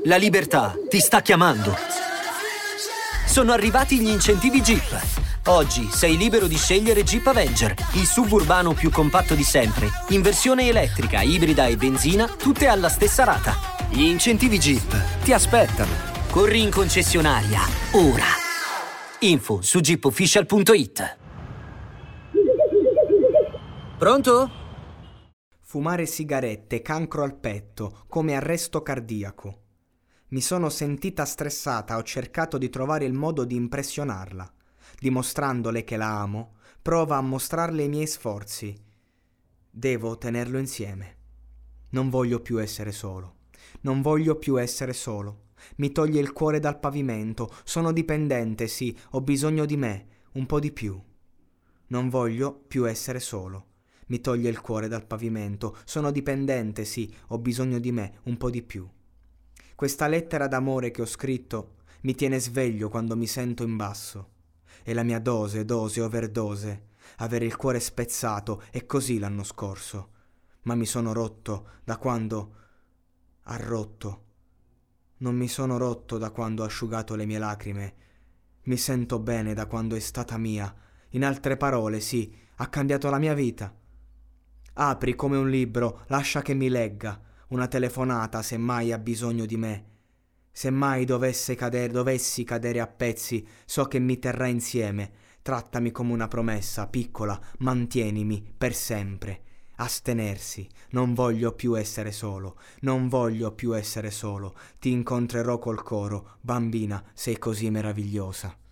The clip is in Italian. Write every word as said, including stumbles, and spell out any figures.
La libertà ti sta chiamando. Sono arrivati gli incentivi Jeep. Oggi sei libero di scegliere Jeep Avenger, il suburbano più compatto di sempre, in versione elettrica, ibrida e benzina, tutte alla stessa rata. Gli incentivi Jeep ti aspettano. Corri in concessionaria, ora. Info su jeep official punto it. Pronto? Fumare sigarette, cancro al petto, come arresto cardiaco. Mi sono sentita stressata, ho cercato di trovare il modo di impressionarla. Dimostrandole che la amo, prova a mostrarle i miei sforzi. Devo tenerlo insieme. Non voglio più essere solo. Non voglio più essere solo. Mi toglie il cuore dal pavimento. Sono dipendente, sì, ho bisogno di me, un po' di più. Non voglio più essere solo. Mi toglie il cuore dal pavimento. Sono dipendente, sì, ho bisogno di me, un po' di più. Questa lettera d'amore che ho scritto mi tiene sveglio quando mi sento in basso. È la mia dose, dose, overdose. Avere il cuore spezzato è così l'anno scorso. Ma mi sono rotto da quando ha rotto. Non mi sono rotto da quando ha asciugato le mie lacrime. Mi sento bene da quando è stata mia. In altre parole, sì, ha cambiato la mia vita. Apri come un libro, lascia che mi legga. Una telefonata se mai ha bisogno di me. Se mai dovesse cadere, dovessi cadere a pezzi, so che mi terrà insieme. Trattami come una promessa, piccola, mantienimi per sempre. Astenersi, non voglio più essere solo, non voglio più essere solo. Ti incontrerò col coro, bambina, sei così meravigliosa.